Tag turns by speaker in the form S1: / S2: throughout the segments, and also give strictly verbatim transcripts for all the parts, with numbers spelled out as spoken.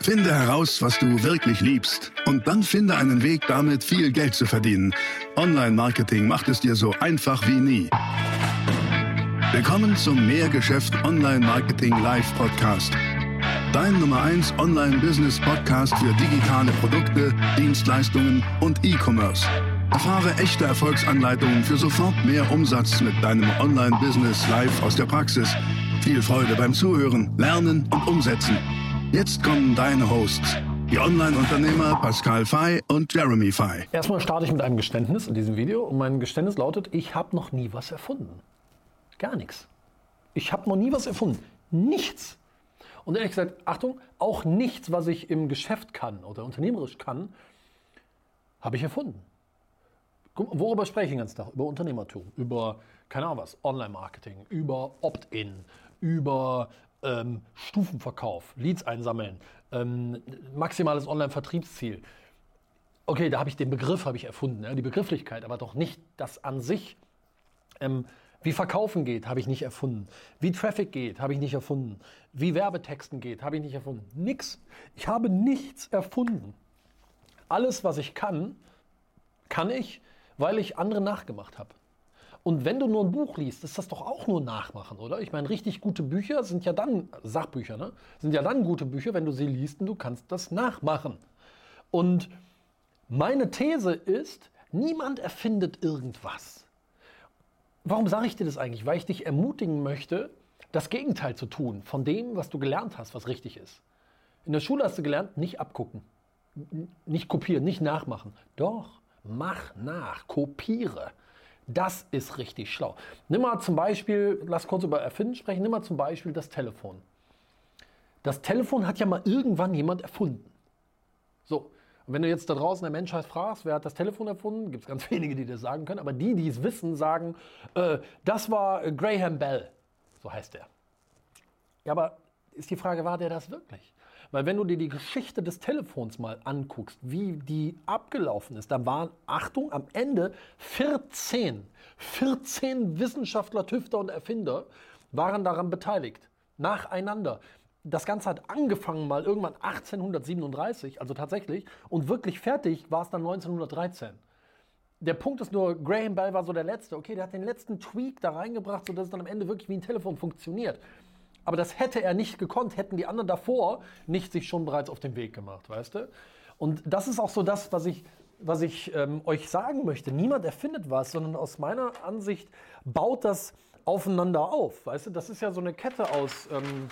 S1: Finde heraus, was du wirklich liebst und dann finde einen Weg, damit viel Geld zu verdienen. Online-Marketing macht es dir so einfach wie nie. Willkommen zum Mehrgeschäft Online-Marketing Live-Podcast. Dein Nummer eins Online-Business-Podcast für digitale Produkte, Dienstleistungen und E-Commerce. Erfahre echte Erfolgsanleitungen für sofort mehr Umsatz mit deinem Online-Business live aus der Praxis. Viel Freude beim Zuhören, Lernen und Umsetzen. Jetzt kommen deine Hosts, die Online-Unternehmer Pascal Fay und Jeremy Fay.
S2: Erstmal starte ich mit einem Geständnis in diesem Video. Und mein Geständnis lautet, ich habe noch nie was erfunden. Gar nichts. Ich habe noch nie was erfunden. Nichts. Und ehrlich gesagt, Achtung, auch nichts, was ich im Geschäft kann oder unternehmerisch kann, habe ich erfunden. Worüber spreche ich den ganzen Tag? Über Unternehmertum, über, keine Ahnung was, Online-Marketing, über Opt-in, über ähm, Stufenverkauf, Leads einsammeln, ähm, maximales Online-Vertriebsziel. Okay, da habe ich den Begriff habe ich erfunden, ja, die Begrifflichkeit, aber doch nicht das an sich. Ähm, wie Verkaufen geht, habe ich nicht erfunden. Wie Traffic geht, habe ich nicht erfunden. Wie Werbetexten geht, habe ich nicht erfunden. Nix. Ich habe nichts erfunden. Alles, was ich kann, kann ich, weil ich andere nachgemacht habe. Und wenn du nur ein Buch liest, ist das doch auch nur Nachmachen, oder? Ich meine, richtig gute Bücher sind ja dann, Sachbücher, ne? Sind ja dann gute Bücher, wenn du sie liest und du kannst das nachmachen. Und meine These ist, niemand erfindet irgendwas. Warum sage ich dir das eigentlich? Weil ich dich ermutigen möchte, das Gegenteil zu tun von dem, was du gelernt hast, was richtig ist. In der Schule hast du gelernt, nicht abgucken, nicht kopieren, nicht nachmachen. Doch. Mach nach, kopiere. Das ist richtig schlau. Nimm mal zum Beispiel, lass kurz über Erfinden sprechen, nimm mal zum Beispiel das Telefon. Das Telefon hat ja mal irgendwann jemand erfunden. So, und wenn du jetzt da draußen der Menschheit fragst, wer hat das Telefon erfunden, gibt es ganz wenige, die das sagen können, aber die, die es wissen, sagen, äh, das war Graham Bell, so heißt er. Ja, aber ist die Frage, war der das wirklich? Weil wenn du dir die Geschichte des Telefons mal anguckst, wie die abgelaufen ist, da waren, Achtung, am Ende vierzehn, vierzehn Wissenschaftler, Tüfter und Erfinder waren daran beteiligt, nacheinander. Das Ganze hat angefangen mal irgendwann achtzehnhundertsiebenunddreißig, also tatsächlich, und wirklich fertig war es dann neunzehnhundertdreizehn. Der Punkt ist nur, Graham Bell war so der Letzte, okay, der hat den letzten Tweak da reingebracht, sodass es dann am Ende wirklich wie ein Telefon funktioniert. Aber das hätte er nicht gekonnt, hätten die anderen davor nicht sich schon bereits auf den Weg gemacht, weißt du? Und das ist auch so das, was ich, was ich ähm, euch sagen möchte. Niemand erfindet was, sondern aus meiner Ansicht baut das aufeinander auf, weißt du? Das ist ja so eine Kette aus ähm,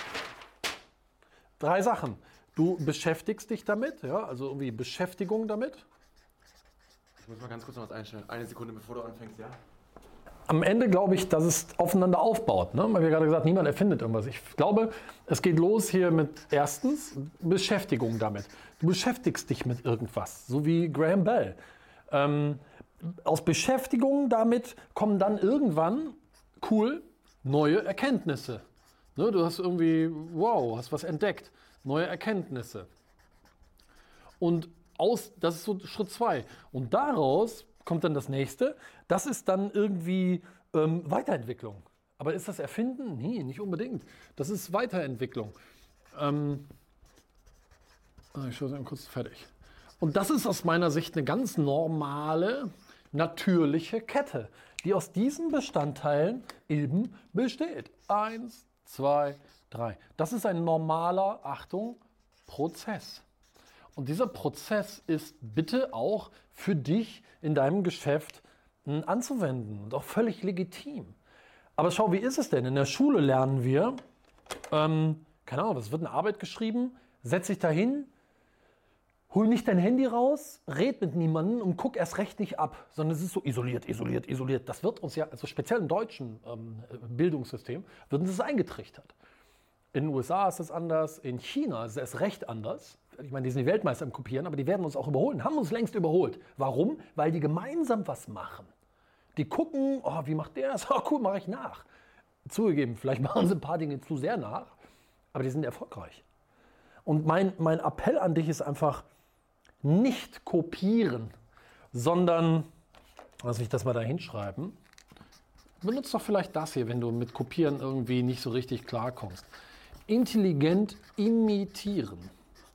S2: drei Sachen. Du beschäftigst dich damit, ja, also irgendwie Beschäftigung damit.
S3: Ich muss mal ganz kurz noch was einstellen. Eine Sekunde, bevor du anfängst, ja?
S2: Am Ende glaube ich, dass es aufeinander aufbaut. Ne? Weil wir gerade gesagt, niemand erfindet irgendwas. Ich glaube, es geht los hier mit erstens Beschäftigung damit. Du beschäftigst dich mit irgendwas, so wie Graham Bell. Ähm, aus Beschäftigung damit kommen dann irgendwann, cool, neue Erkenntnisse. Ne? Du hast irgendwie, wow, hast was entdeckt, neue Erkenntnisse. Und aus, das ist so Schritt zwei. Und daraus kommt dann das nächste. Das ist dann irgendwie ähm, Weiterentwicklung. Aber ist das Erfinden? Nee, nicht unbedingt. Das ist Weiterentwicklung. Ähm, ich schaue es kurz fertig. Und das ist aus meiner Sicht eine ganz normale, natürliche Kette, die aus diesen Bestandteilen eben besteht. Eins, zwei, drei. Das ist ein normaler, Achtung, Prozess. Und dieser Prozess ist bitte auch für dich in deinem Geschäft mh, anzuwenden und auch völlig legitim. Aber schau, wie ist es denn? In der Schule lernen wir, ähm, keine Ahnung, es wird eine Arbeit geschrieben, setz dich dahin, hol nicht dein Handy raus, red mit niemandem und guck erst recht nicht ab, sondern es ist so isoliert, isoliert, isoliert. Das wird uns ja, also speziell im deutschen ähm, Bildungssystem, wird uns das eingetrichtert. In den U S A ist es anders, in China ist es recht anders. Ich meine, die sind die Weltmeister im Kopieren, aber die werden uns auch überholen, haben uns längst überholt. Warum? Weil die gemeinsam was machen. Die gucken, oh, wie macht der das? Oh, cool, mache ich nach. Zugegeben, vielleicht machen sie ein paar Dinge zu sehr nach, aber die sind erfolgreich. Und mein, mein Appell an dich ist einfach, nicht kopieren, sondern, lass mich das mal da hinschreiben, benutzt doch vielleicht das hier, wenn du mit Kopieren irgendwie nicht so richtig klarkommst. Intelligent imitieren.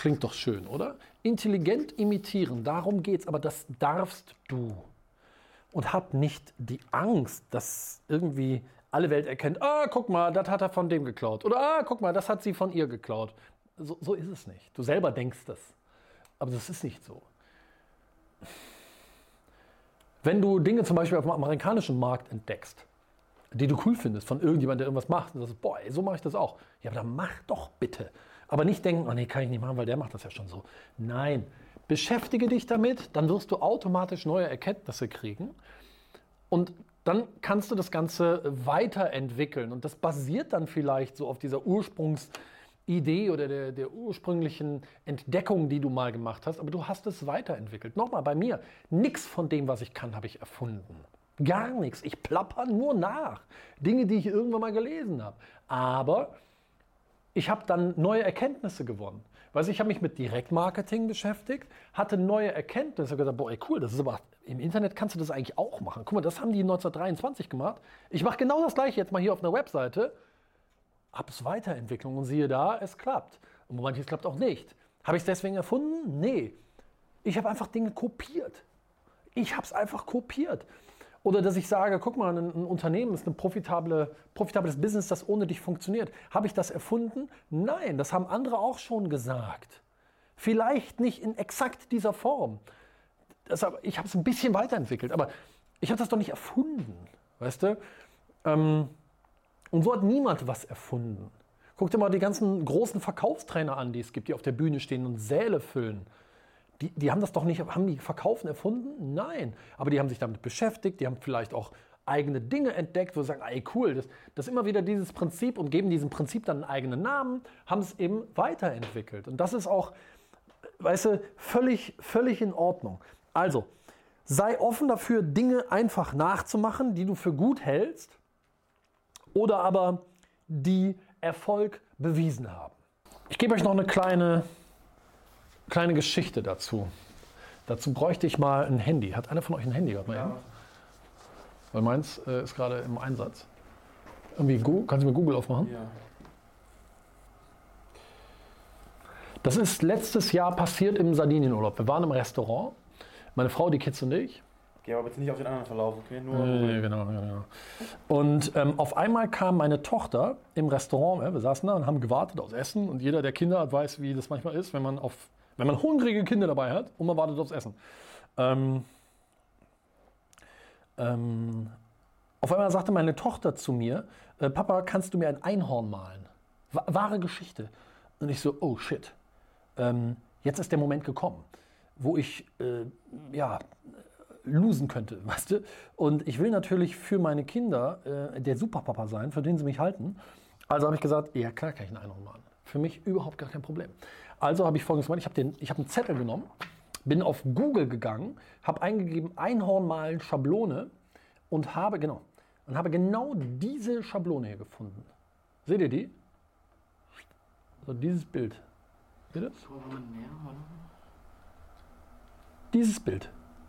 S2: Klingt doch schön, oder? Intelligent imitieren, darum geht's, aber das darfst du. Und hab nicht die Angst, dass irgendwie alle Welt erkennt, ah, guck mal, das hat er von dem geklaut. Oder ah, guck mal, das hat sie von ihr geklaut. So, so ist es nicht. Du selber denkst das. Aber das ist nicht so. Wenn du Dinge zum Beispiel auf dem amerikanischen Markt entdeckst, die du cool findest, von irgendjemandem, der irgendwas macht, und du sagst, boah, ey, so mache ich das auch. Ja, aber dann mach doch bitte. Aber nicht denken, oh nee, kann ich nicht machen, weil der macht das ja schon so. Nein, beschäftige dich damit, dann wirst du automatisch neue Erkenntnisse kriegen. Und dann kannst du das Ganze weiterentwickeln. Und das basiert dann vielleicht so auf dieser Ursprungsidee oder der, der ursprünglichen Entdeckung, die du mal gemacht hast. Aber du hast es weiterentwickelt. Nochmal, bei mir, nichts von dem, was ich kann, habe ich erfunden. Gar nichts. Ich plapper nur nach. Dinge, die ich irgendwann mal gelesen habe. Aber ich habe dann neue Erkenntnisse gewonnen. Weißt du, ich habe mich mit Direktmarketing beschäftigt, hatte neue Erkenntnisse und gesagt, boah, ey, cool, das ist aber, im Internet kannst du das eigentlich auch machen. Guck mal, das haben die neunzehnhundertdreiundzwanzig gemacht. Ich mache genau das Gleiche jetzt mal hier auf einer Webseite, habe es Weiterentwicklung und siehe da, es klappt. Und manches klappt auch nicht. Habe ich es deswegen erfunden? Nee. Ich habe einfach Dinge kopiert. Ich habe es einfach kopiert. Oder dass ich sage, guck mal, ein, ein Unternehmen ist ein profitable, profitables Business, das ohne dich funktioniert. Habe ich das erfunden? Nein, das haben andere auch schon gesagt. Vielleicht nicht in exakt dieser Form. Das, ich habe es ein bisschen weiterentwickelt, aber ich habe das doch nicht erfunden. Weißt du? Ähm, und so hat niemand was erfunden. Guck dir mal die ganzen großen Verkaufstrainer an, die es gibt, die auf der Bühne stehen und Säle füllen. Die, die haben das doch nicht, haben die Verkaufen erfunden? Nein. Aber die haben sich damit beschäftigt, die haben vielleicht auch eigene Dinge entdeckt, wo sie sagen, ey cool, das, das ist immer wieder dieses Prinzip und geben diesem Prinzip dann einen eigenen Namen, haben es eben weiterentwickelt. Und das ist auch, weißt du, völlig, völlig in Ordnung. Also, sei offen dafür, Dinge einfach nachzumachen, die du für gut hältst oder aber die Erfolg bewiesen haben. Ich gebe euch noch eine kleine... Kleine Geschichte dazu. Dazu bräuchte ich mal ein Handy. Hat einer von euch ein Handy? Mal ja. Weil meins äh, ist gerade im Einsatz. Irgendwie Go- Kannst du mir Google aufmachen?
S3: Ja.
S2: Das ist letztes Jahr passiert im Sardinienurlaub. Wir waren im Restaurant. Meine Frau, die Kids und ich.
S3: Geh aber bitte nicht auf den anderen Verlauf, okay? Nur
S2: äh, genau, genau. Und ähm, auf einmal kam meine Tochter im Restaurant. Ja, wir saßen da und haben gewartet aufs Essen. Und jeder, der Kinder hat, weiß, wie das manchmal ist, wenn man auf Wenn man hungrige Kinder dabei hat und man wartet aufs Essen. Ähm, ähm, auf einmal sagte meine Tochter zu mir, äh, Papa, kannst du mir ein Einhorn malen? Wa- wahre Geschichte. Und ich so, oh shit. Ähm, jetzt ist der Moment gekommen, wo ich äh, ja, losen könnte, weißt du? Und ich will natürlich für meine Kinder äh, der Superpapa sein, für den sie mich halten. Also habe ich gesagt, ja klar kann ich ein Einhorn malen. Für mich überhaupt gar kein Problem. Also habe ich Folgendes gemacht. Ich habe den, ich habe einen Zettel genommen, bin auf Google gegangen, habe eingegeben Einhorn malen Schablone und habe genau und habe genau diese Schablone hier gefunden. Seht ihr die? So dieses Bild. Seht ihr? Dieses Bild.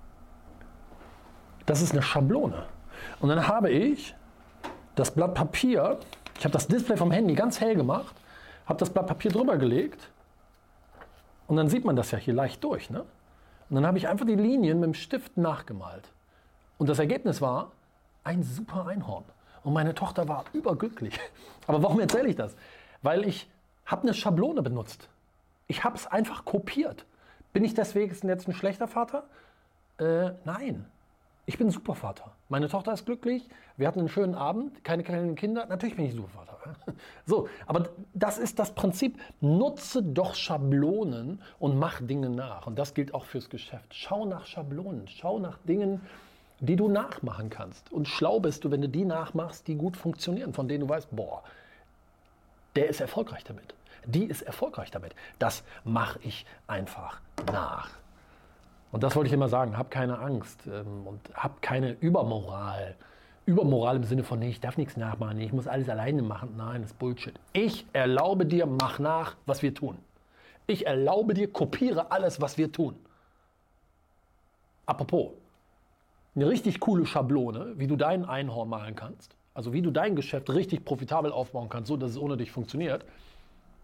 S2: Das ist eine Schablone. Und dann habe ich das Blatt Papier, ich habe das Display vom Handy ganz hell gemacht, habe das Blatt Papier drüber gelegt und dann sieht man das ja hier leicht durch. Ne? Und dann habe ich einfach die Linien mit dem Stift nachgemalt. Und das Ergebnis war ein super Einhorn. Und meine Tochter war überglücklich. Aber warum erzähle ich das? Weil ich habe eine Schablone benutzt. Ich habe es einfach kopiert. Bin ich deswegen jetzt ein schlechter Vater? Äh, nein. Ich bin ein super Vater. Meine Tochter ist glücklich. Wir hatten einen schönen Abend. Keine kleinen Kinder. Natürlich bin ich ein super Vater. So, aber das ist das Prinzip. Nutze doch Schablonen und mach Dinge nach. Und das gilt auch fürs Geschäft. Schau nach Schablonen. Schau nach Dingen, die du nachmachen kannst. Und schlau bist du, wenn du die nachmachst, die gut funktionieren, von denen du weißt, boah, der ist erfolgreich damit. Die ist erfolgreich damit. Das mache ich einfach nach. Und das wollte ich immer sagen, hab keine Angst ähm, und hab keine Übermoral. Übermoral im Sinne von, nee, ich darf nichts nachmachen, nee, ich muss alles alleine machen. Nein, das ist Bullshit. Ich erlaube dir, mach nach, was wir tun. Ich erlaube dir, kopiere alles, was wir tun. Apropos, eine richtig coole Schablone, wie du dein Einhorn malen kannst, also wie du dein Geschäft richtig profitabel aufbauen kannst, so dass es ohne dich funktioniert,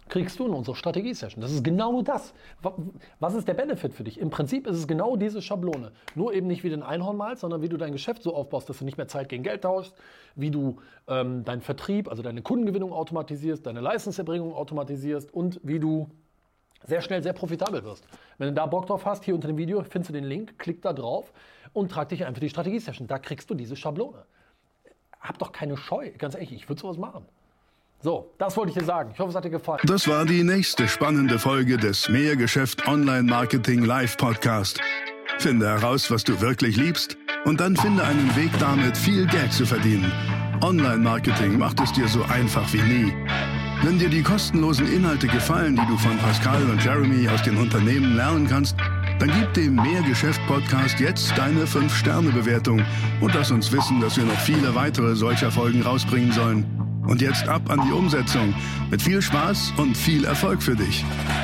S2: kriegst du in unserer Strategie-Session. Das ist genau das. Was ist der Benefit für dich? Im Prinzip ist es genau diese Schablone. Nur eben nicht wie den Einhorn malst, sondern wie du dein Geschäft so aufbaust, dass du nicht mehr Zeit gegen Geld tauschst, wie du ähm, deinen Vertrieb, also deine Kundengewinnung automatisierst, deine Leistungserbringung automatisierst und wie du sehr schnell sehr profitabel wirst. Wenn du da Bock drauf hast, hier unter dem Video findest du den Link, klick da drauf und trag dich ein für die Strategie-Session. Da kriegst du diese Schablone. Hab doch keine Scheu, ganz ehrlich, ich würde sowas machen. So, das wollte ich dir sagen. Ich hoffe, es hat dir gefallen.
S1: Das war die nächste spannende Folge des Mehrgeschäft Online Marketing Live Podcast. Finde heraus, was du wirklich liebst und dann finde einen Weg damit, viel Geld zu verdienen. Online Marketing macht es dir so einfach wie nie. Wenn dir die kostenlosen Inhalte gefallen, die du von Pascal und Jeremy aus den Unternehmen lernen kannst, dann gib dem Mehrgeschäft-Podcast jetzt deine fünf Sterne Bewertung und lass uns wissen, dass wir noch viele weitere solcher Folgen rausbringen sollen. Und jetzt ab an die Umsetzung. Mit viel Spaß und viel Erfolg für dich.